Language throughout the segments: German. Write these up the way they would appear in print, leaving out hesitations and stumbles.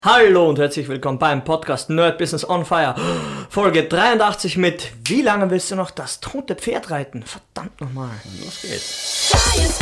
Hallo und herzlich willkommen beim Podcast Nerd Business on Fire, Folge 83 mit Wie lange willst du noch das tote Pferd reiten? Verdammt nochmal, los geht's.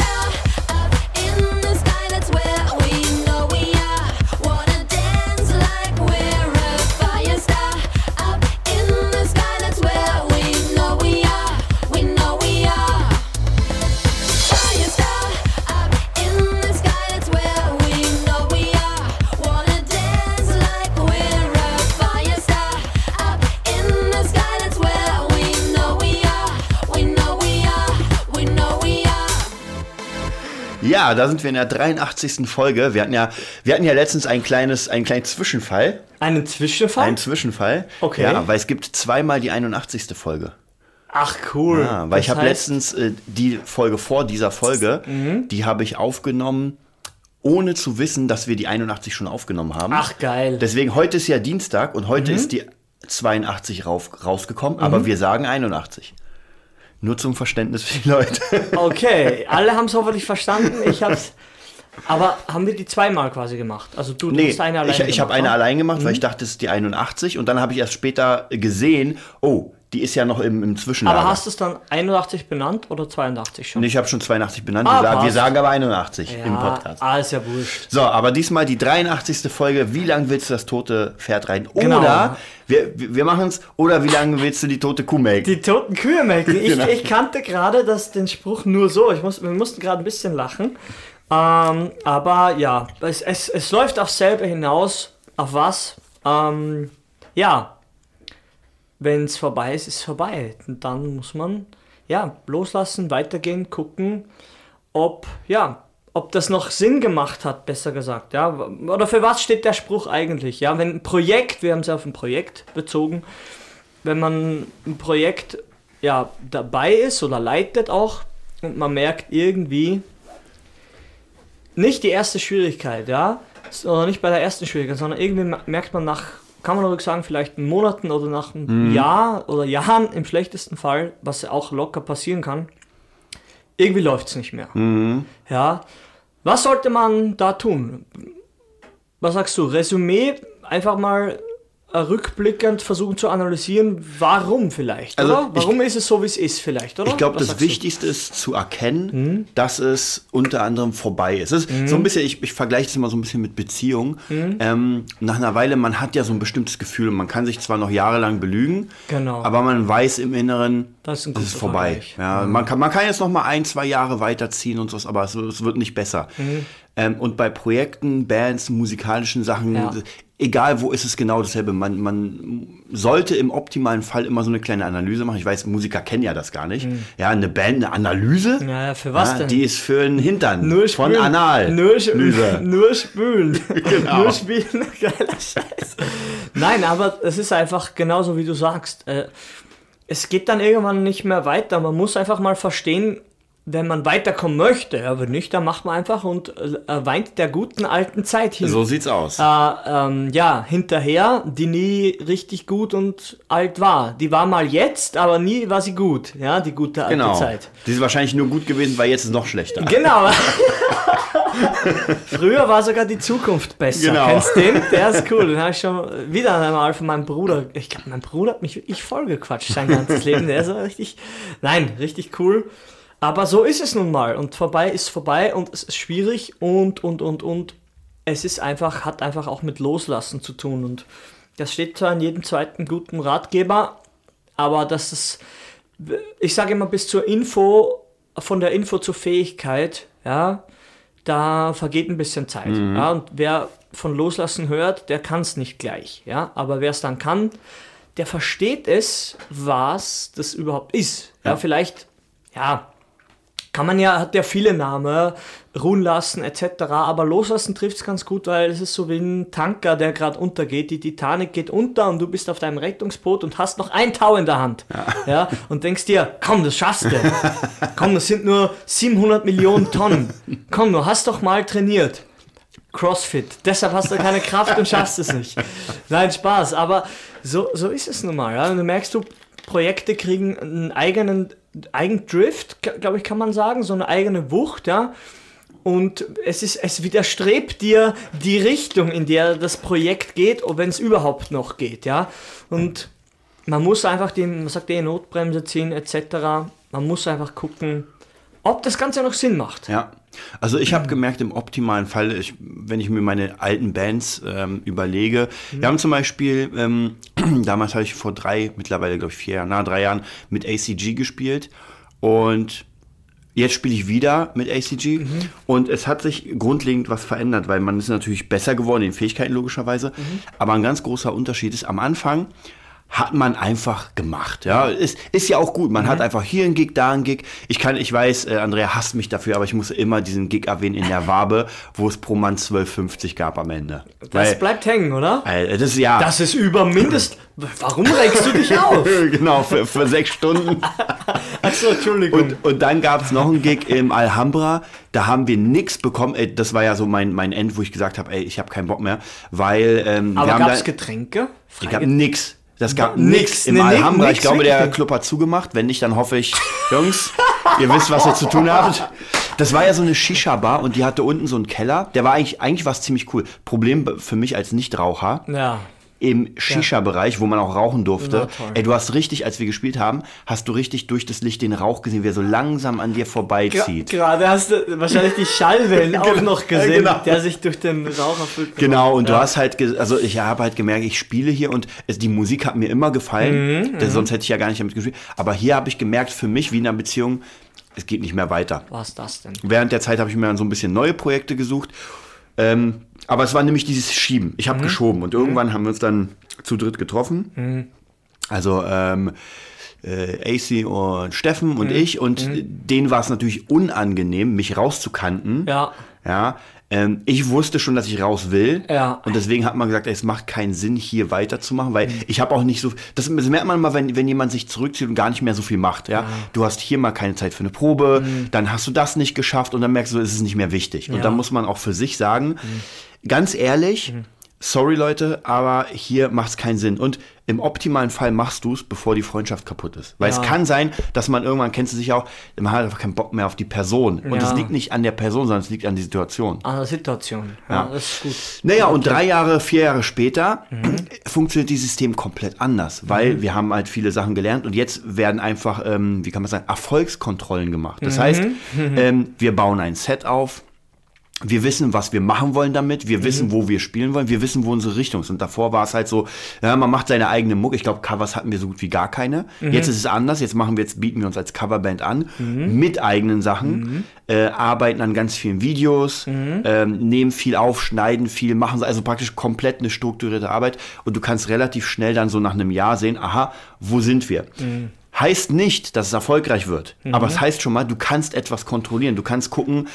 Ja, da sind wir in der 83. Folge. Wir hatten ja letztens einen kleinen Zwischenfall. Einen Zwischenfall? Einen Zwischenfall. Okay. Ja, weil es gibt zweimal die 81. Folge. Ach cool. Ja, weil ich habe letztens die Folge vor dieser Folge, die habe ich aufgenommen, ohne zu wissen, dass wir die 81 schon aufgenommen haben. Ach geil. Deswegen, heute ist ja Dienstag und heute ist die 82 rausgekommen, aber wir sagen 81. Nur zum Verständnis für die Leute. Okay, alle haben es hoffentlich verstanden. Aber haben wir die zweimal quasi gemacht? Also du hast eine alleine gemacht? Ich habe eine allein gemacht, weil ich dachte, es ist die 81. Und dann habe ich erst später gesehen, oh, die ist ja noch im Zwischenlager. Aber hast du es dann 81 benannt oder 82 schon? Nee, ich habe schon 82 benannt. Wir sagen aber 81 im Podcast. Ist ja wurscht. So, aber diesmal die 83. Folge. Wie lange willst du das tote Pferd reiten? Genau. Oder, wir machen es, oder wie lange willst du die tote Kuh melken? Die toten Kühe melken. Genau. Ich kannte gerade den Spruch nur so. Wir mussten gerade ein bisschen lachen. Aber ja, es läuft aufs selbe hinaus. Auf was? Wenn es vorbei ist, ist es vorbei. Und dann muss man loslassen, weitergehen, gucken, ob das noch Sinn gemacht hat, besser gesagt. Ja? Oder für was steht der Spruch eigentlich? Ja? Wenn ein Projekt, wir haben es auf ein Projekt bezogen, wenn man ein Projekt dabei ist oder leitet auch und man merkt irgendwie nicht die erste Schwierigkeit, oder nicht bei der ersten Schwierigkeit, sondern irgendwie merkt man kann man ruhig sagen, vielleicht in Monaten oder nach einem Jahr oder Jahren im schlechtesten Fall, was auch locker passieren kann, irgendwie läuft es nicht mehr. Ja, was sollte man da tun? Was sagst du? Resümee, einfach mal rückblickend versuchen zu analysieren, warum vielleicht, oder? Warum ist es so, wie es ist vielleicht, oder? Ich glaube, das Wichtigste ist zu erkennen, dass es unter anderem vorbei ist. Es ist so ein bisschen, ich vergleiche es immer so ein bisschen mit Beziehungen. Nach einer Weile, man hat ja so ein bestimmtes Gefühl und man kann sich zwar noch jahrelang belügen, aber man weiß im Inneren, das ist vorbei. Ja, man kann jetzt noch mal 1-2 Jahre weiterziehen und so, aber es wird nicht besser. Und bei Projekten, Bands, musikalischen Sachen, egal wo, ist es genau dasselbe. Man sollte im optimalen Fall immer so eine kleine Analyse machen. Ich weiß, Musiker kennen ja das gar nicht. Ja, eine Band, eine Analyse. Ja, für was denn? Die ist für den Hintern. Nur spülen. Von Anal. Nur spülen. Genau. Nur spielen. Geiler Scheiß. Nein, aber es ist einfach genauso, wie du sagst. Es geht dann irgendwann nicht mehr weiter. Man muss einfach mal verstehen, wenn man weiterkommen möchte, wenn nicht, dann macht man einfach und weint der guten alten Zeit hin. So sieht's aus. Hinterher, die nie richtig gut und alt war. Die war mal jetzt, aber nie war sie gut. Ja, die gute alte Zeit. Die ist wahrscheinlich nur gut gewesen, weil jetzt ist es noch schlechter. Genau. Früher war sogar die Zukunft besser. Genau. Kennst du den? Der ist cool. Den habe ich schon wieder einmal von meinem Bruder. Ich glaube, mein Bruder hat mich wirklich vollgequatscht sein ganzes Leben. Der ist richtig cool. Aber so ist es nun mal und vorbei ist vorbei und es ist schwierig und es ist hat einfach auch mit Loslassen zu tun und das steht zwar in jedem zweiten guten Ratgeber, aber ich sage immer bis zur Info, von der Info zur Fähigkeit, da vergeht ein bisschen Zeit. Ja, und wer von Loslassen hört, der kann es nicht gleich, aber wer es dann kann, der versteht es, was das überhaupt ist. Ja, vielleicht, hat ja viele Namen, ruhen lassen etc., aber loslassen trifft es ganz gut, weil es ist so wie ein Tanker, der gerade untergeht, die Titanic geht unter und du bist auf deinem Rettungsboot und hast noch ein Tau in der Hand, und denkst dir, komm, das schaffst du, komm, das sind nur 700 Millionen Tonnen, komm, du hast doch mal trainiert, Crossfit, deshalb hast du keine Kraft und schaffst es nicht. Nein, Spaß, aber so ist es nun mal, und dann merkst du, Projekte kriegen einen eigenen Drift, glaube ich, kann man sagen, so eine eigene Wucht, und es widerstrebt dir die Richtung, in der das Projekt geht, wenn es überhaupt noch geht, ja. Und man muss einfach die Notbremse ziehen, etc. Man muss einfach gucken, ob das Ganze noch Sinn macht. Ja, also ich habe gemerkt, im optimalen Fall, wenn ich mir meine alten Bands überlege, wir haben zum Beispiel, damals habe ich vor 3 Jahren mit ACG gespielt und jetzt spiele ich wieder mit ACG und es hat sich grundlegend was verändert, weil man ist natürlich besser geworden in den Fähigkeiten logischerweise, aber ein ganz großer Unterschied ist, am Anfang hat man einfach gemacht, ja, ist ja auch gut, man hat einfach hier einen Gig, da einen Gig, ich weiß, Andrea hasst mich dafür, aber ich muss immer diesen Gig erwähnen in der Wabe, wo es pro Mann 12,50 gab am Ende. Das bleibt hängen, oder? Das ist warum regst du dich auf? Genau, für 6 Stunden. Achso, Entschuldigung. Und dann gab es noch einen Gig im Alhambra, da haben wir nichts bekommen, das war ja so mein End, wo ich gesagt habe, ich habe keinen Bock mehr, weil... aber gab es Getränke? Ich gab nix. Das gab nichts im Alhambra. Ich glaube, der Club hat zugemacht. Wenn nicht, dann hoffe ich, Jungs, ihr wisst, was ihr zu tun habt. Das war ja so eine Shisha-Bar und die hatte unten so einen Keller. Der war eigentlich was ziemlich cool. Problem für mich als Nichtraucher. Ja. Im Shisha-Bereich, wo man auch rauchen durfte. Du hast richtig, als wir gespielt haben, hast du richtig durch das Licht den Rauch gesehen, wie er so langsam an dir vorbeizieht. Gerade hast du wahrscheinlich die Schallwellen auch noch gesehen, der sich durch den Rauch erfüllt. Genau, und du hast halt, ich habe halt gemerkt, ich spiele hier und die Musik hat mir immer gefallen, sonst hätte ich ja gar nicht damit gespielt. Aber hier habe ich gemerkt, für mich, wie in einer Beziehung, es geht nicht mehr weiter. Was ist das denn? Während der Zeit habe ich mir dann so ein bisschen neue Projekte gesucht. Aber es war nämlich dieses Schieben. Ich habe geschoben und irgendwann haben wir uns dann zu dritt getroffen. Also AC und Steffen und ich und denen war es natürlich unangenehm, mich rauszukanten. Ja. Ich wusste schon, dass ich raus will. Ja. Und deswegen hat man gesagt, es macht keinen Sinn, hier weiterzumachen, weil ich habe auch nicht so. Das merkt man mal, wenn jemand sich zurückzieht und gar nicht mehr so viel macht. Ja? Du hast hier mal keine Zeit für eine Probe, dann hast du das nicht geschafft und dann merkst du, es ist nicht mehr wichtig. Und dann muss man auch für sich sagen, ganz ehrlich, sorry Leute, aber hier macht es keinen Sinn. Und im optimalen Fall machst du es, bevor die Freundschaft kaputt ist. Weil es kann sein, dass man irgendwann, kennst du sicher auch, man hat einfach keinen Bock mehr auf die Person. Und es liegt nicht an der Person, sondern es liegt an der Situation. An der Situation, ja, das ist gut. Naja, und 4 Jahre später funktioniert dieses System komplett anders. Weil wir haben halt viele Sachen gelernt und jetzt werden einfach, wie kann man sagen, Erfolgskontrollen gemacht. Das heißt, wir bauen ein Set auf. Wir wissen, was wir machen wollen damit. Wir wissen, wo wir spielen wollen. Wir wissen, wo unsere Richtung ist. Und davor war es halt so, ja, man macht seine eigene Mucke. Ich glaube, Covers hatten wir so gut wie gar keine. Jetzt ist es anders. Jetzt bieten wir uns als Coverband an. Mit eigenen Sachen. Arbeiten an ganz vielen Videos. Nehmen viel auf, schneiden viel, machen also praktisch komplett eine strukturierte Arbeit. Und du kannst relativ schnell dann so nach einem Jahr sehen, aha, wo sind wir? Heißt nicht, dass es erfolgreich wird, aber es heißt schon mal, du kannst etwas kontrollieren, du kannst gucken,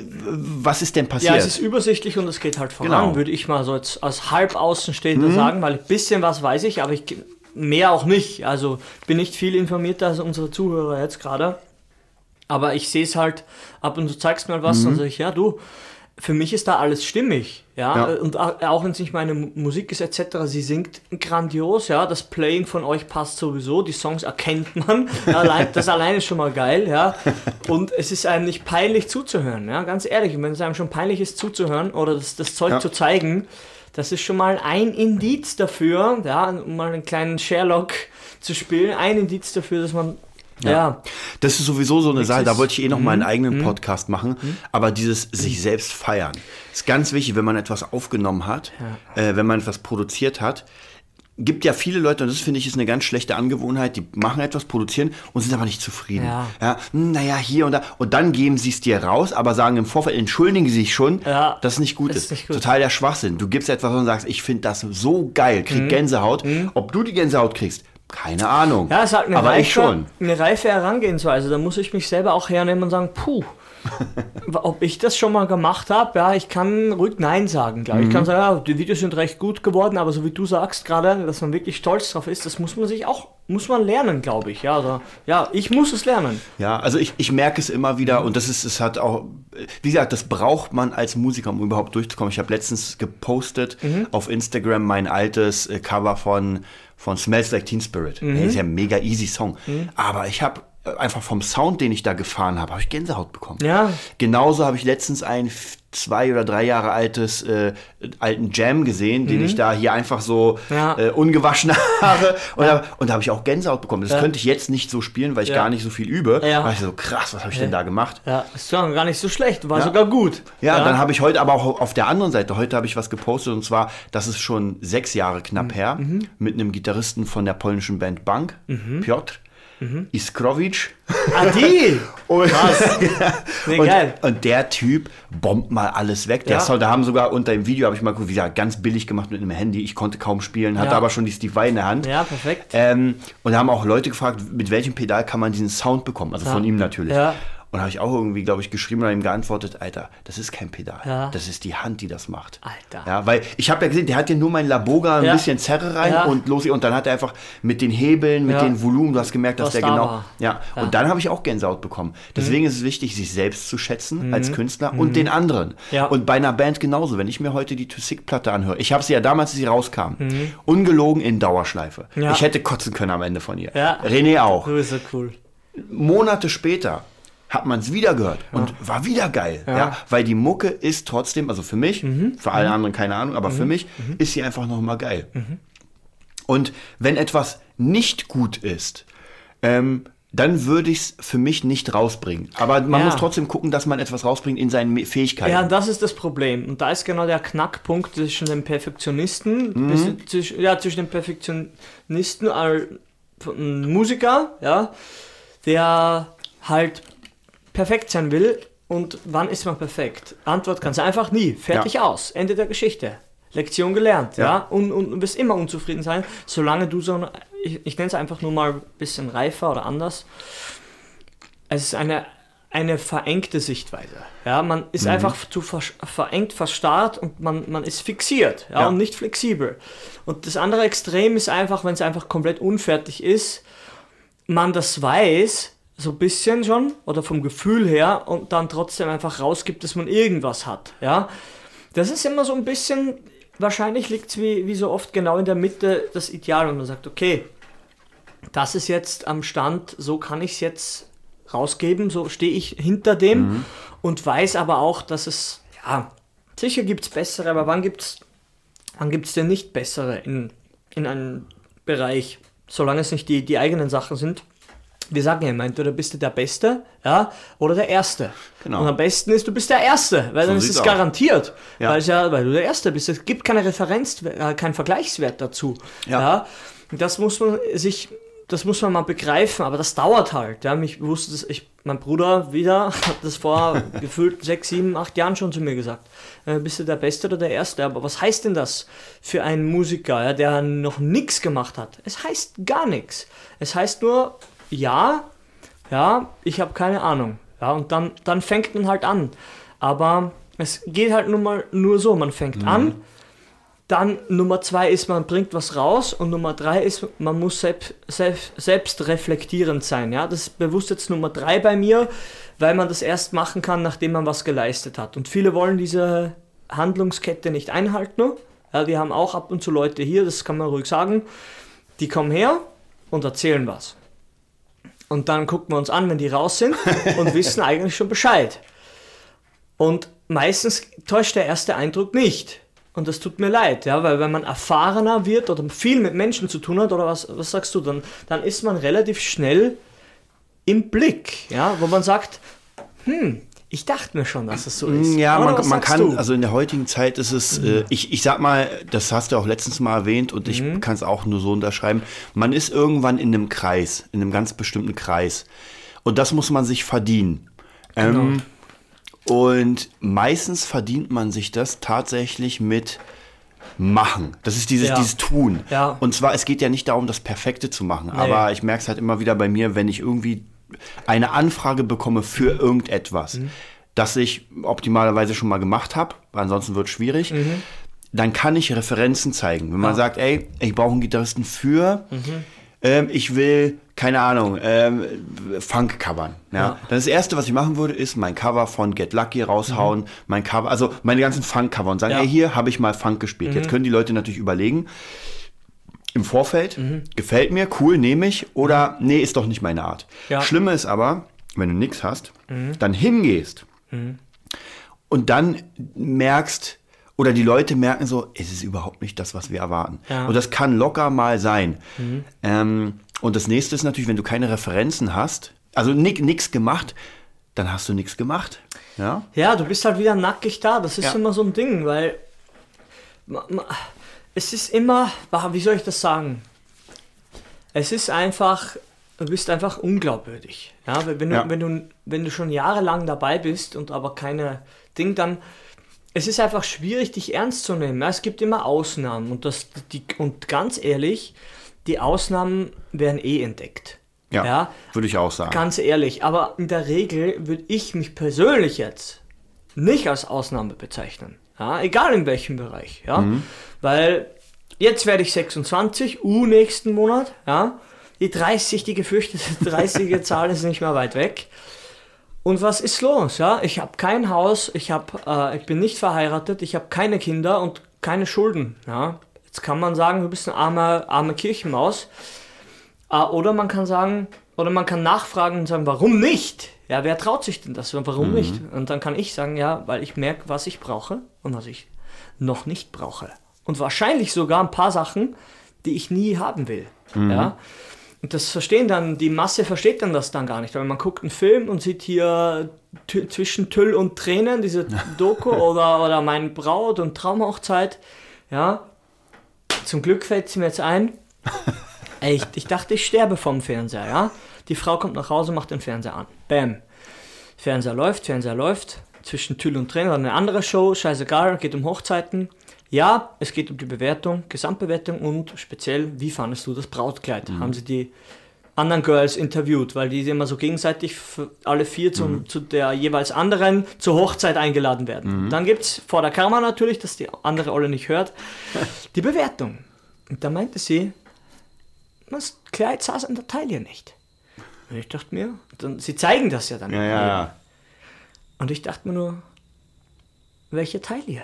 was ist denn passiert. Ja, es ist übersichtlich und es geht halt voran, würde ich mal so jetzt als Halbaußenstehender sagen, weil ein bisschen was weiß ich, aber mehr auch nicht. Also bin nicht viel informierter als unsere Zuhörer jetzt gerade, aber ich sehe es halt ab und du zeigst mir was, dann sage ich, ja du, für mich ist da alles stimmig, ja, und auch wenn es nicht meine Musik ist etc., sie singt grandios, ja, das Playing von euch passt sowieso, die Songs erkennt man, das alleine ist schon mal geil, ja, und es ist einem nicht peinlich zuzuhören, ja, ganz ehrlich, wenn es einem schon peinlich ist zuzuhören oder das Zeug zu zeigen, das ist schon mal ein Indiz dafür, ja, um mal einen kleinen Sherlock zu spielen, ein Indiz dafür, dass man das ist sowieso so eine Sache, da wollte ich noch mal einen eigenen Podcast machen, aber dieses sich selbst feiern ist ganz wichtig, wenn man etwas aufgenommen hat, wenn man etwas produziert hat. Gibt ja viele Leute, und das finde ich ist eine ganz schlechte Angewohnheit, die machen etwas, produzieren und sind aber nicht zufrieden. Naja, hier und da. Und dann geben sie es dir raus, aber sagen im Vorfeld, entschuldigen sie sich schon, dass es nicht gut ist. Nicht gut. Total der Schwachsinn. Du gibst etwas und sagst, ich finde das so geil, krieg Gänsehaut. Ob du die Gänsehaut kriegst, keine Ahnung. Ja, es ist halt eine reife Herangehensweise. Da muss ich mich selber auch hernehmen und sagen, ob ich das schon mal gemacht habe, ja, ich kann ruhig Nein sagen, glaube ich. Ich kann sagen, ja, die Videos sind recht gut geworden, aber so wie du sagst gerade, dass man wirklich stolz drauf ist, das muss man lernen, glaube ich. Ja, also, ich muss es lernen. Ja, also ich merke es immer wieder und es hat auch, wie gesagt, das braucht man als Musiker, um überhaupt durchzukommen. Ich habe letztens gepostet auf Instagram mein altes Cover von Smells Like Teen Spirit. Das ist ja ein mega easy Song. Aber ich habe einfach vom Sound, den ich da gefahren habe ich Gänsehaut bekommen. Ja. Genauso habe ich letztens ein 2 oder 3 Jahre alten Jam gesehen, den ich da hier einfach so ungewaschene Haare und da habe ich auch Gänsehaut bekommen. Das könnte ich jetzt nicht so spielen, weil ich gar nicht so viel übe. Da war ich so, krass, was habe ich denn da gemacht? Ja, ist doch gar nicht so schlecht, war sogar gut. Ja, dann habe ich heute aber auch auf der anderen Seite, heute habe ich was gepostet und zwar, das ist schon 6 Jahre knapp her, mit einem Gitarristen von der polnischen Band Bank, Piotr Iskrowitsch. Die! Krass. Nee, geil. Und der Typ bombt mal alles weg. Der Sound, da haben sogar unter dem Video, habe ich mal geguckt, wie gesagt, ganz billig gemacht mit einem Handy. Ich konnte kaum spielen, hatte aber schon die Steve Vai in der Hand. Ja, perfekt. Und da haben auch Leute gefragt, mit welchem Pedal kann man diesen Sound bekommen? Also von ihm natürlich. Ja. Und da habe ich auch irgendwie, glaube ich, geschrieben oder ihm geantwortet, Alter, das ist kein Pedal. Ja. Das ist die Hand, die das macht. Alter. Ja, weil ich habe ja gesehen, der hat ja nur mein Laboga ein bisschen Zerre rein und los. Und dann hat er einfach mit den Hebeln, mit den Volumen, du hast gemerkt, dass der genau... War. Ja. Und dann habe ich auch Gänsehaut bekommen. Deswegen ist es wichtig, sich selbst zu schätzen als Künstler und den anderen. Ja. Und bei einer Band genauso. Wenn ich mir heute die To Sick-Platte anhöre, ich habe sie ja damals, als sie rauskam, ungelogen in Dauerschleife. Ja. Ich hätte kotzen können am Ende von ihr. Ja. René auch. Du bist so cool. Monate später hat man es wieder gehört und war wieder geil. Ja. Weil die Mucke ist trotzdem, also für mich, für alle anderen keine Ahnung, aber für mich ist sie einfach noch mal geil. Und wenn etwas nicht gut ist, dann würde ich es für mich nicht rausbringen. Aber man muss trotzdem gucken, dass man etwas rausbringt in seinen Fähigkeiten. Ja, das ist das Problem. Und da ist genau der Knackpunkt zwischen dem Perfektionisten, zwischen dem Perfektionisten als Musiker, der halt perfekt sein will. Und wann ist man perfekt? Antwort ganz einfach: nie. Fertig aus. Ende der Geschichte. Lektion gelernt, und wirst immer unzufrieden sein, solange du so, ich nenne es einfach nur mal ein bisschen reifer oder anders. Es ist eine verengte Sichtweise. Ja, man ist einfach zu verengt, verstarrt und man ist fixiert und nicht flexibel. Und das andere Extrem ist einfach, wenn es einfach komplett unfertig ist, man das weiß, so ein bisschen schon, oder vom Gefühl her, und dann trotzdem einfach rausgibt, dass man irgendwas hat. Ja? Das ist immer so ein bisschen, wahrscheinlich liegt es wie so oft genau in der Mitte das Ideal, und man sagt, okay, das ist jetzt am Stand, so kann ich es jetzt rausgeben, so stehe ich hinter dem und weiß aber auch, dass es, sicher gibt es bessere, aber wann gibt's denn nicht bessere in einem Bereich, solange es nicht die eigenen Sachen sind? Wir sagen ja immer, entweder bist du der Beste, oder der Erste. Genau. Und am besten ist, du bist der Erste, weil so dann ist es garantiert. Ja. Weil du der Erste bist. Es gibt keine Referenz, keinen Vergleichswert dazu. Ja. Das muss man mal begreifen, aber das dauert halt. Ja. Mein Bruder wieder hat das vor gefühlt 6, 7, 8 Jahren schon zu mir gesagt. Bist du der Beste oder der Erste? Aber was heißt denn das für einen Musiker, der noch nichts gemacht hat? Es heißt gar nichts. Es heißt nur, ich habe keine Ahnung. Ja, und dann fängt man halt an. Aber es geht halt nur so, man fängt an, dann Nummer 2 ist, man bringt was raus, und Nummer 3 ist, man muss selbst reflektierend sein. Ja? Das ist bewusst jetzt Nummer 3 bei mir, weil man das erst machen kann, nachdem man was geleistet hat. Und viele wollen diese Handlungskette nicht einhalten. Ja, die haben auch ab und zu Leute hier, das kann man ruhig sagen, die kommen her und erzählen was. Und dann gucken wir uns an, wenn die raus sind und wissen eigentlich schon Bescheid. Und meistens täuscht der erste Eindruck nicht. Und das tut mir leid, weil wenn man erfahrener wird oder viel mit Menschen zu tun hat, oder was sagst du, dann ist man relativ schnell im Blick, wo man sagt, ich dachte mir schon, dass es so ist. Ja, man kann, also in der heutigen Zeit ist es, ich sag mal, das hast du auch letztens mal erwähnt und ich kann es auch nur so unterschreiben, man ist irgendwann in einem Kreis, in einem ganz bestimmten Kreis. Und das muss man sich verdienen. Genau. Und meistens verdient man sich das tatsächlich mit Machen. Das ist dieses Tun. Ja. Und zwar, es geht ja nicht darum, das Perfekte zu machen, aber ich merke es halt immer wieder bei mir, wenn ich irgendwie eine Anfrage bekomme für irgendetwas, das ich optimalerweise schon mal gemacht habe, ansonsten wird es schwierig, dann kann ich Referenzen zeigen. Wenn man sagt, ey, ich brauche einen Gitarristen für, ich will, keine Ahnung, Funk covern. Ja? Dann das Erste, was ich machen würde, ist mein Cover von Get Lucky raushauen, mein Cover, also meine ganzen Funk-Cover und sagen, ey, hier habe ich mal Funk gespielt. Jetzt können die Leute natürlich überlegen, im Vorfeld, gefällt mir, cool, nehme ich, oder nee, ist doch nicht meine Art. Ja. Schlimme ist aber, wenn du nichts hast, dann hingehst und dann merkst, oder die Leute merken so, es ist überhaupt nicht das, was wir erwarten. Ja. Und das kann locker mal sein. Und das nächste ist natürlich, wenn du keine Referenzen hast, also nichts gemacht, dann hast du nichts gemacht. Ja? Ja, du bist halt wieder nackig da. Das ist Ja. immer so ein Ding, weil es ist immer, wie soll ich das sagen? Es ist einfach, du bist einfach unglaubwürdig. Ja, wenn du schon jahrelang dabei bist und aber keine Ding, dann es ist einfach schwierig, dich ernst zu nehmen. Ja, es gibt immer Ausnahmen und ganz ehrlich, die Ausnahmen werden entdeckt. Ja, würde ich auch sagen. Ganz ehrlich, aber in der Regel würde ich mich persönlich jetzt nicht als Ausnahme bezeichnen. Ja, egal in welchem Bereich. Ja? Weil jetzt werde ich 26, nächsten Monat. Ja? Die 30, die gefürchtete 30er Zahl ist nicht mehr weit weg. Und was ist los? Ja? Ich habe kein Haus, ich bin nicht verheiratet, ich habe keine Kinder und keine Schulden. Ja? Jetzt kann man sagen, du bist eine arme Kirchenmaus. Oder man kann nachfragen und sagen, warum nicht? Ja, wer traut sich denn das? Warum nicht? Und dann kann ich sagen, ja, weil ich merke, was ich brauche und was ich noch nicht brauche. Und wahrscheinlich sogar ein paar Sachen, die ich nie haben will. Ja? Und die Masse versteht dann das dann gar nicht. Weil man guckt einen Film und sieht hier zwischen Tüll und Tränen diese Doku oder Mein Braut und Traumhochzeit. Ja, zum Glück fällt sie mir jetzt ein. Ich dachte, ich sterbe vom Fernseher, ja. Die Frau kommt nach Hause, macht den Fernseher an. Bam. Fernseher läuft. Zwischen Tüll und Tränen oder eine andere Show, scheißegal, geht um Hochzeiten. Ja, es geht um die Bewertung, Gesamtbewertung und speziell, wie fandest du das Brautkleid? Haben sie die anderen Girls interviewt, weil die immer so gegenseitig alle 4 zu der jeweils anderen zur Hochzeit eingeladen werden. Dann gibt es vor der Kamera natürlich, dass die andere alle nicht hört, die Bewertung. Und da meinte sie, das Kleid saß an der Taille nicht. Und ich dachte mir, sie zeigen das ja dann. Ja. Und ich dachte mir nur, welche Taille?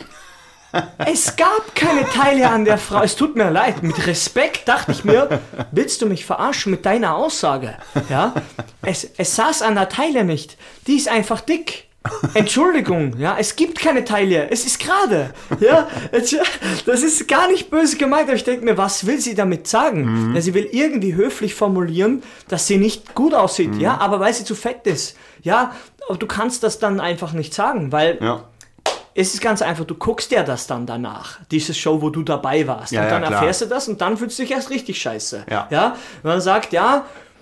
Es gab keine Taille an der Frau. Es tut mir leid. Mit Respekt dachte ich mir, willst du mich verarschen mit deiner Aussage? Ja? Es saß an der Taille nicht. Die ist einfach dick. Entschuldigung, ja, es gibt keine Taille, es ist gerade, ja, das ist gar nicht böse gemeint, aber ich denke mir, was will sie damit sagen? Ja, sie will irgendwie höflich formulieren, dass sie nicht gut aussieht, ja, aber weil sie zu fett ist, ja, aber du kannst das dann einfach nicht sagen, weil es ist ganz einfach, du guckst ja das dann danach, diese Show, wo du dabei warst, und dann erfährst du das und dann fühlst du dich erst richtig scheiße, ja, wenn man sagt, ja,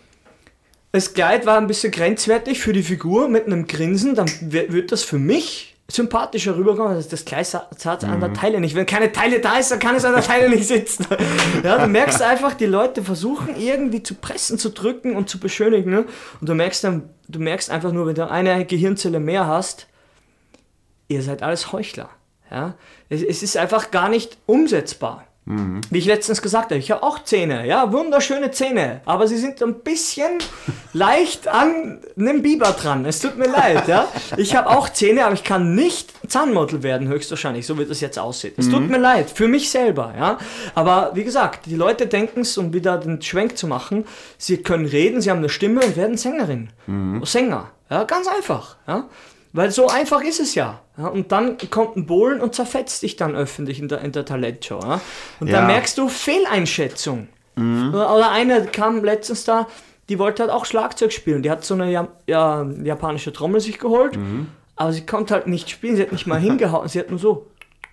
das Kleid war ein bisschen grenzwertig für die Figur mit einem Grinsen, dann wird das für mich sympathischer rüberkommen. Das Kleid saß an der Taille nicht. Wenn keine Taille da ist, dann kann es an der Taille nicht sitzen. Ja, du merkst einfach, die Leute versuchen irgendwie zu pressen, zu drücken und zu beschönigen. Ne? Und du merkst einfach nur, wenn du eine Gehirnzelle mehr hast, ihr seid alles Heuchler. Ja? Es ist einfach gar nicht umsetzbar. Wie ich letztens gesagt habe, ich habe auch Zähne, ja, wunderschöne Zähne, aber sie sind ein bisschen leicht an einem Biber dran, es tut mir leid, ja. Ich habe auch Zähne, aber ich kann nicht Zahnmodel werden, höchstwahrscheinlich, so wie das jetzt aussieht. Es tut mir leid, für mich selber, ja. Aber wie gesagt, die Leute denken es, um wieder den Schwenk zu machen, sie können reden, sie haben eine Stimme und werden Sängerin, Sänger, ja, ganz einfach, ja. Weil so einfach ist es ja. Und dann kommt ein Bohlen und zerfetzt dich dann öffentlich in der Talentshow. Ja? Und dann merkst du Fehleinschätzung. Oder eine kam letztens da, die wollte halt auch Schlagzeug spielen. Die hat so eine japanische Trommel sich geholt, aber sie konnte halt nicht spielen. Sie hat nicht mal hingehauen. Sie hat nur so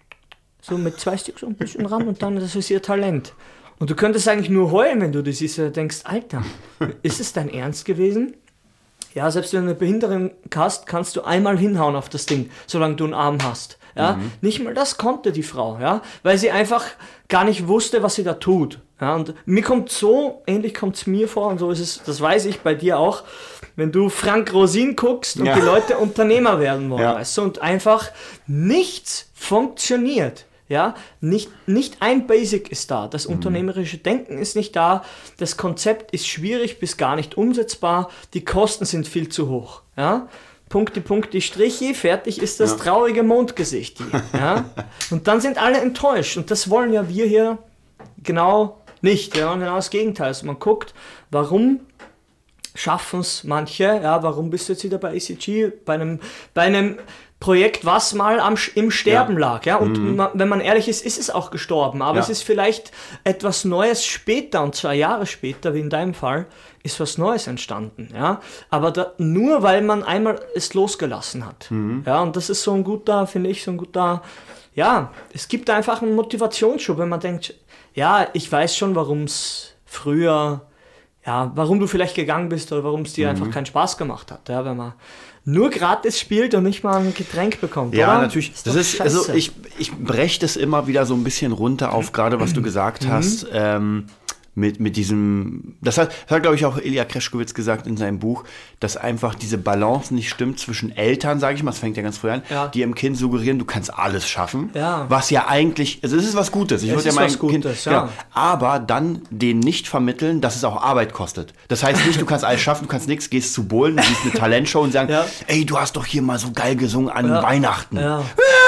mit 2 Stück so ein bisschen ran und dann, das ist ihr Talent. Und du könntest eigentlich nur heulen, wenn du das siehst, denkst, Alter, ist es dein Ernst gewesen? Ja, selbst wenn du eine Behinderung hast, kannst du einmal hinhauen auf das Ding, solange du einen Arm hast. Ja? Nicht mal das konnte die Frau, ja? Weil sie einfach gar nicht wusste, was sie da tut. Ja? Und mir ähnlich kommt es mir vor, und so ist es, das weiß ich bei dir auch, wenn du Frank Rosin guckst und die Leute Unternehmer werden wollen, weißt du, und einfach nichts funktioniert. Ja, nicht ein Basic ist da, das unternehmerische Denken ist nicht da, das Konzept ist schwierig bis gar nicht umsetzbar, die Kosten sind viel zu hoch. Ja? Punkti, Strichi, fertig ist das traurige Mondgesicht hier. Ja? Und dann sind alle enttäuscht und das wollen ja wir hier genau nicht. Ja, genau das Gegenteil. Also man guckt, warum schaffen es manche, ja, warum bist du jetzt wieder bei ACG, bei einem Projekt, was mal im Sterben lag, ja, und wenn man ehrlich ist es auch gestorben, aber es ist vielleicht etwas Neues später, und 2 Jahre später, wie in deinem Fall, ist was Neues entstanden, ja, aber nur weil man einmal es losgelassen hat, ja, und das ist so ein guter, finde ich, ja, es gibt einfach einen Motivationsschub, wenn man denkt, ja, ich weiß schon, warum es früher, ja, warum du vielleicht gegangen bist oder warum es dir einfach keinen Spaß gemacht hat, ja, wenn man nur gratis spielt und nicht mal ein Getränk bekommt, ja, oder? natürlich. Das ist, also ich breche das immer wieder so ein bisschen runter auf, gerade was du gesagt hast, mit diesem, das hat glaube ich auch Ilya Kreschkowitz gesagt in seinem Buch, dass einfach diese Balance nicht stimmt zwischen Eltern, sage ich mal, das fängt ja ganz früh an, die im Kind suggerieren, du kannst alles schaffen, was ja eigentlich, also es ist was Gutes. Ich würde ja mein Kind, genau, aber dann denen nicht vermitteln, dass es auch Arbeit kostet. Das heißt nicht, du kannst alles schaffen, du kannst nichts, gehst zu Bohlen, du siehst eine Talentshow und sagen, ey, du hast doch hier mal so geil gesungen an Weihnachten. Ja.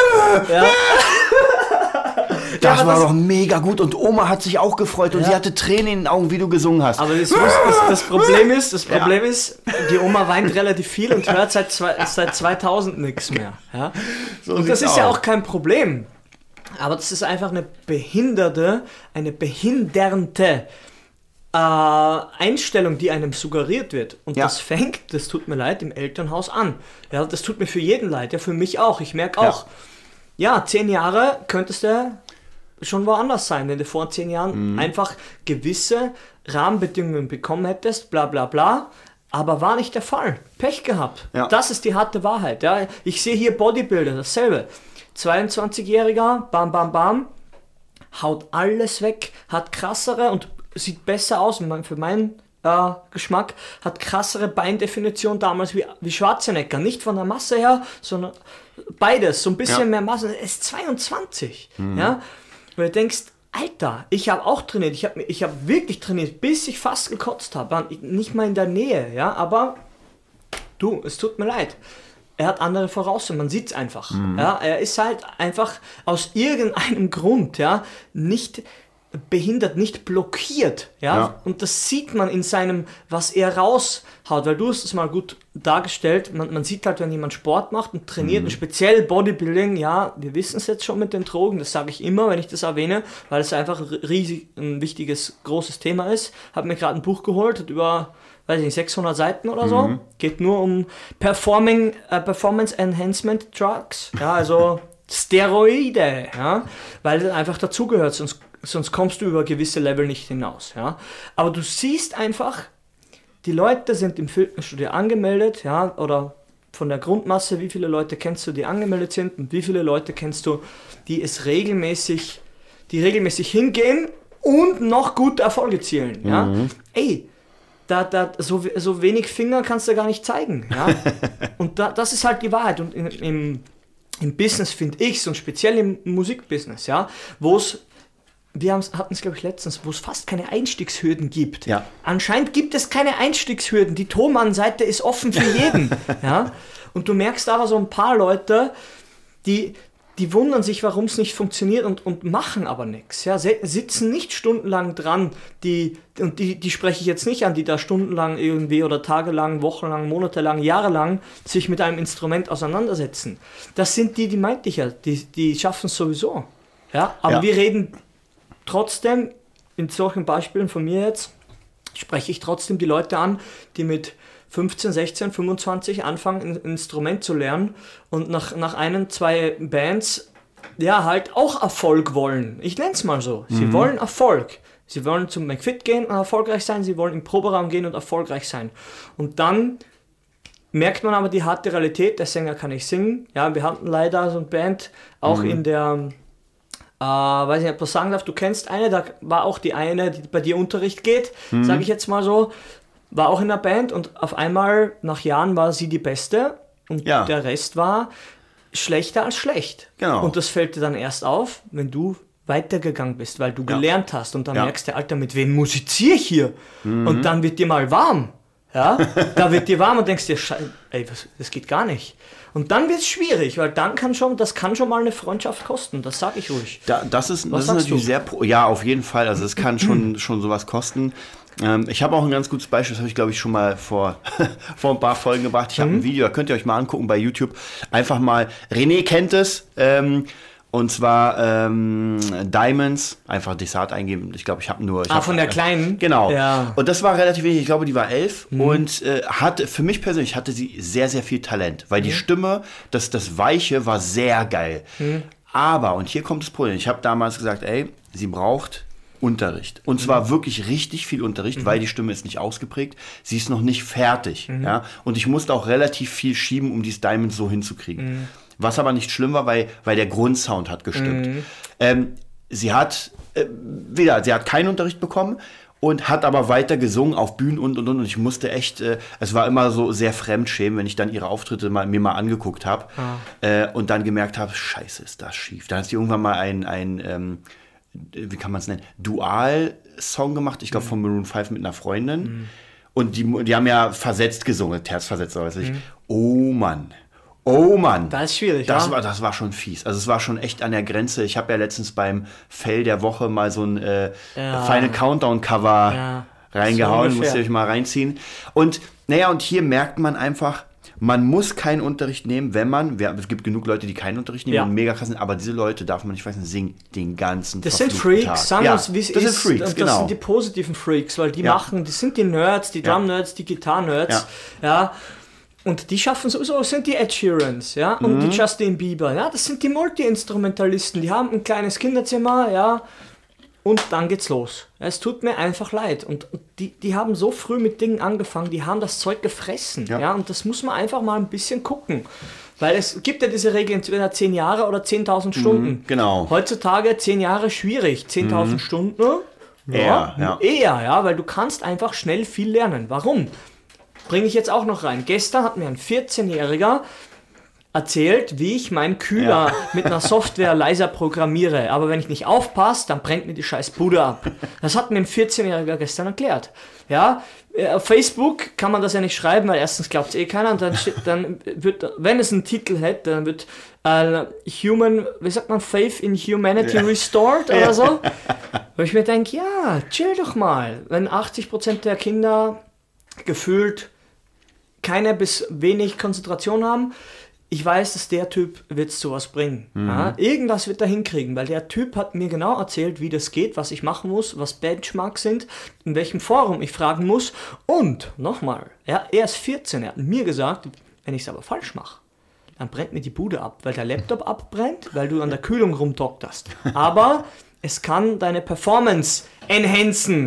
Das war doch mega gut und Oma hat sich auch gefreut und sie hatte Tränen in den Augen, wie du gesungen hast. Aber das Problem ist, die Oma weint relativ viel und hört seit 2000 nichts mehr. Ja? So, und das ist ja auch kein Problem. Aber das ist einfach eine behinderte Einstellung, die einem suggeriert wird. Und das fängt, das tut mir leid, im Elternhaus an. Ja, das tut mir für jeden leid, ja, für mich auch. Ich merke auch, 10 Jahre könntest du schon woanders sein, wenn du vor 10 Jahren einfach gewisse Rahmenbedingungen bekommen hättest, bla bla bla, aber war nicht der Fall. Pech gehabt. Ja. Das ist die harte Wahrheit. Ja. Ich sehe hier Bodybuilder, dasselbe. 22-Jähriger, bam bam bam, haut alles weg, hat krassere und sieht besser aus, für meinen Geschmack, hat krassere Beindefinition damals wie Schwarzenegger. Nicht von der Masse her, sondern beides, so ein bisschen mehr Masse. Er ist 22. Ja? Weil du denkst, Alter, ich habe auch trainiert, ich hab wirklich trainiert, bis ich fast gekotzt habe. Nicht mal in der Nähe, ja, aber du, es tut mir leid. Er hat andere Voraussetzungen, man sieht es einfach. Ja? Er ist halt einfach aus irgendeinem Grund nicht behindert, nicht blockiert. Ja? Und das sieht man in seinem, was er raushaut, weil du hast es mal gut dargestellt, man sieht halt, wenn jemand Sport macht und trainiert, und speziell Bodybuilding, wir wissen es jetzt schon mit den Drogen, das sage ich immer, wenn ich das erwähne, weil es einfach ein wichtiges, großes Thema ist. Habe mir gerade ein Buch geholt, hat über 600 Seiten oder so, geht nur um Performance Enhancement Drugs, also Steroide, weil das einfach dazugehört, sonst kommst du über gewisse Level nicht hinaus. Ja? Aber du siehst einfach, die Leute sind im Fitnessstudio angemeldet, oder von der Grundmasse, wie viele Leute kennst du, die angemeldet sind, und wie viele Leute kennst du, die regelmäßig hingehen und noch gute Erfolge zielen. Ja? Ey, so wenig Finger kannst du gar nicht zeigen. Ja? Und das ist halt die Wahrheit. Und im Business finde ich, und speziell im Musikbusiness, wo es, hatten es glaube ich letztens, wo es fast keine Einstiegshürden gibt. Ja. Anscheinend gibt es keine Einstiegshürden. Die Thomann-Seite ist offen für jeden. Und du merkst aber so ein paar Leute, die wundern sich, warum es nicht funktioniert und machen aber nichts. Ja? Sitzen nicht stundenlang dran. Die spreche ich jetzt nicht an, die da stundenlang irgendwie oder tagelang, wochenlang, monatelang, jahrelang sich mit einem Instrument auseinandersetzen. Das sind die meinte ich ja, die schaffen es sowieso. Ja? Aber wir reden trotzdem, in solchen Beispielen von mir jetzt, spreche ich trotzdem die Leute an, die mit 15, 16, 25 anfangen, ein Instrument zu lernen und nach 1-2 Bands halt auch Erfolg wollen. Ich nenne es mal so. Sie wollen Erfolg. Sie wollen zum McFit gehen und erfolgreich sein, sie wollen im Proberaum gehen und erfolgreich sein. Und dann merkt man aber die harte Realität, der Sänger kann nicht singen. Ja, wir hatten leider so eine Band, auch in der... weiß nicht, ob du sagen darf, du kennst eine, da war auch die eine, die bei dir Unterricht geht, sage ich jetzt mal so, war auch in der Band und auf einmal, nach Jahren, war sie die Beste und der Rest war schlechter als schlecht. Genau. Und das fällt dir dann erst auf, wenn du weitergegangen bist, weil du gelernt hast und dann merkst du, Alter, mit wem musiziere ich hier? Und dann wird dir mal warm. Ja, da wird dir warm und denkst dir, ey, das geht gar nicht. Und dann wird es schwierig, weil das kann schon mal eine Freundschaft kosten, das sage ich ruhig. Das ist natürlich sehr, ja, auf jeden Fall, also es kann schon sowas kosten. Ich habe auch ein ganz gutes Beispiel, das habe ich glaube ich schon mal vor ein paar Folgen gebracht. Ich habe ein Video, da könnt ihr euch mal angucken bei YouTube. Einfach mal, René kennt es, und zwar Diamonds, einfach Desart eingeben. Ich glaube, von der Kleinen? Genau. Ja. Und das war relativ wenig, ich glaube, die war 11 und für mich persönlich hatte sie sehr, sehr viel Talent, weil die Stimme, das Weiche war sehr geil. Aber, und hier kommt das Problem, ich habe damals gesagt, ey, sie braucht Unterricht. Und zwar wirklich richtig viel Unterricht, weil die Stimme ist nicht ausgeprägt. Sie ist noch nicht fertig. Ja? Und ich musste auch relativ viel schieben, um dieses Diamond so hinzukriegen. Was aber nicht schlimm war, weil der Grundsound hat gestimmt. Sie hat keinen Unterricht bekommen und hat aber weiter gesungen auf Bühnen und ich musste echt, es war immer so sehr Fremdschämen, wenn ich dann ihre Auftritte mir mal angeguckt habe und dann gemerkt habe, scheiße, ist das schief. Dann hat sie irgendwann mal ein wie kann man es nennen, Dual-Song gemacht, ich glaube von Maroon 5 mit einer Freundin. Und die haben ja versetzt gesungen, terzversetzt, weiß ich. Oh Mann. Das ist schwierig, das war schon fies. Also es war schon echt an der Grenze. Ich habe ja letztens beim Fail der Woche mal so ein Final Countdown-Cover reingehauen, müsst ihr euch mal reinziehen. Und hier merkt man einfach, man muss keinen Unterricht nehmen, es gibt genug Leute, die keinen Unterricht nehmen und mega krass sind, aber diese Leute darf man nicht singen den ganzen Tag. Das sind Freaks, sagen wir uns, wie es ist. Das sind Freaks, und das sind die positiven Freaks, weil die das sind die Nerds, die Drum-Nerds, die Gitarre-Nerds, und die schaffen sowieso, das sind die Ed Sheerans, und die Justin Bieber, das sind die Multi-Instrumentalisten, die haben ein kleines Kinderzimmer, und dann geht's los. Es tut mir einfach leid. Und die haben so früh mit Dingen angefangen, die haben das Zeug gefressen. Und das muss man einfach mal ein bisschen gucken. Weil es gibt ja diese Regel, entweder 10 Jahre oder 10.000 Stunden. Genau. Heutzutage 10 Jahre schwierig. 10.000 Stunden eher, weil du kannst einfach schnell viel lernen. Warum? Bringe ich jetzt auch noch rein. Gestern hat mir ein 14-Jähriger erzählt, wie ich meinen Kühler mit einer Software leiser programmiere. Aber wenn ich nicht aufpasse, dann brennt mir die scheiß Bude ab. Das hat mir ein 14-Jähriger gestern erklärt. Auf Facebook kann man das ja nicht schreiben, weil erstens glaubt es keiner und dann wird, wenn es einen Titel hätte, dann wird Faith in Humanity restored oder so. Wo ich mir denke, chill doch mal. Wenn 80% der Kinder gefühlt keine bis wenig Konzentration haben, ich weiß, dass der Typ wird sowas bringen. Irgendwas wird er hinkriegen, weil der Typ hat mir genau erzählt, wie das geht, was ich machen muss, was Benchmarks sind, in welchem Forum ich fragen muss. Und nochmal, er ist 14, er hat mir gesagt, wenn ich es aber falsch mache, dann brennt mir die Bude ab, weil der Laptop abbrennt, weil du an der Kühlung rumdokterst. Aber es kann deine Performance enhancen,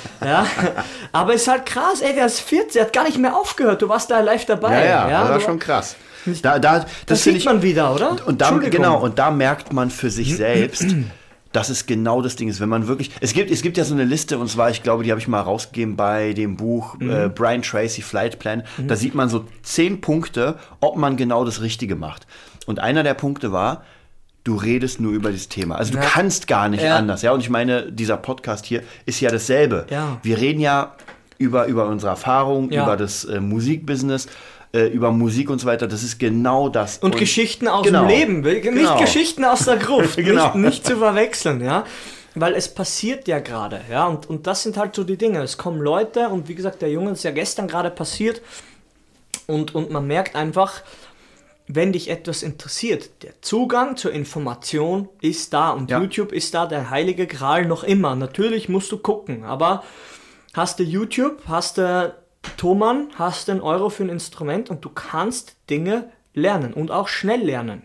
Aber es ist halt krass, der ist 14, er hat gar nicht mehr aufgehört, du warst da live dabei. Das war schon krass. Das sieht man wieder, oder? Und da merkt man für sich selbst, dass es genau das Ding ist, wenn man wirklich, es gibt ja so eine Liste, und zwar, ich glaube, die habe ich mal rausgegeben bei dem Buch Brian Tracy Flight Plan, da sieht man so 10 Punkte, ob man genau das Richtige macht. Und einer der Punkte war, du redest nur über das Thema. Also du kannst gar nicht anders. Und ich meine, dieser Podcast hier ist ja dasselbe. Wir reden ja über unsere Erfahrung, über das Musikbusiness, über Musik und so weiter, das ist genau das. Und Geschichten aus dem Leben, nicht Geschichten aus der Gruft, nicht zu verwechseln, weil es passiert ja gerade, und das sind halt so die Dinge, es kommen Leute und wie gesagt, der Junge ist ja gestern gerade passiert und man merkt einfach, wenn dich etwas interessiert, der Zugang zur Information ist da und YouTube ist da der heilige Gral noch immer. Natürlich musst du gucken, aber hast du YouTube, hast du Thomann, hast du einen Euro für ein Instrument und du kannst Dinge lernen und auch schnell lernen,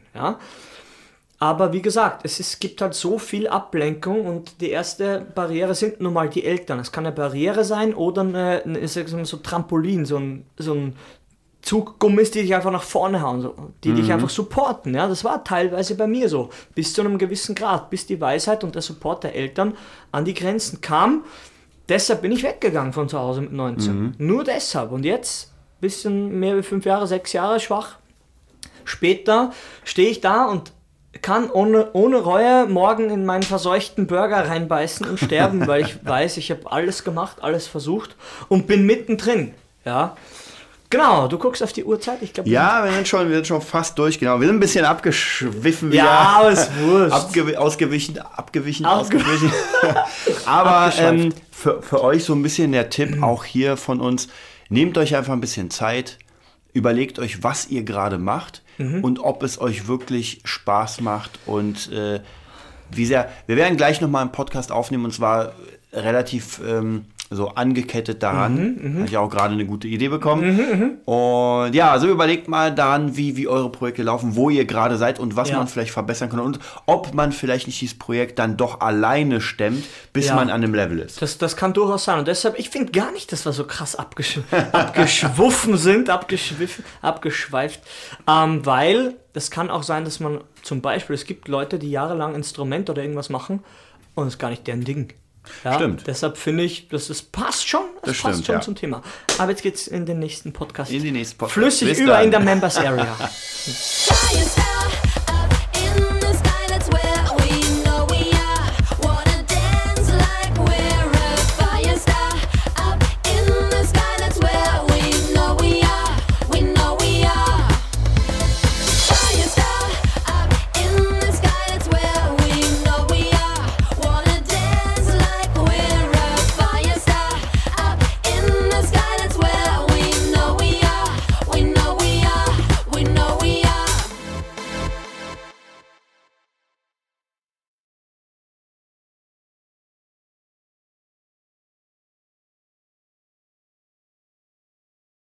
Aber wie gesagt, es gibt halt so viel Ablenkung und die erste Barriere sind nun mal die Eltern. Es kann eine Barriere sein oder so Trampolin, so ein Zuggummis, die dich einfach nach vorne hauen, die dich einfach supporten. Das war teilweise bei mir so, bis zu einem gewissen Grad, bis die Weisheit und der Support der Eltern an die Grenzen kam. Deshalb bin ich weggegangen von zu Hause mit 19. Nur deshalb. Und jetzt, bisschen mehr wie 5 Jahre, 6 Jahre schwach, später stehe ich da und kann ohne Reue morgen in meinen verseuchten Burger reinbeißen und sterben, weil ich weiß, ich habe alles gemacht, alles versucht und bin mittendrin. Ja. Genau, du guckst auf die Uhrzeit, ich glaube. Ja, wir sind schon fast durch, genau. Wir sind ein bisschen abgeschwiffen wieder. Ja, aber ist wurscht. Abgewichen. Aber für euch so ein bisschen der Tipp auch hier von uns, nehmt euch einfach ein bisschen Zeit, überlegt euch, was ihr gerade macht und ob es euch wirklich Spaß macht und wie sehr. Wir werden gleich nochmal einen Podcast aufnehmen und zwar relativ so angekettet daran. Habe ich auch gerade eine gute Idee bekommen. Und ja, also überlegt mal daran, wie eure Projekte laufen, wo ihr gerade seid und was man vielleicht verbessern kann und ob man vielleicht nicht dieses Projekt dann doch alleine stemmt, bis man an einem Level ist. Das kann durchaus sein. Und deshalb, ich finde gar nicht, dass wir so krass abgeschweift sind, weil das kann auch sein, dass man zum Beispiel, es gibt Leute, die jahrelang Instrument oder irgendwas machen und es ist gar nicht deren Ding. Ja, stimmt. Deshalb finde ich, das passt schon, zum Thema. Aber jetzt geht's in den nächsten Podcast. In den nächsten Podcast. Flüssig Bis über dann. in der Members Area.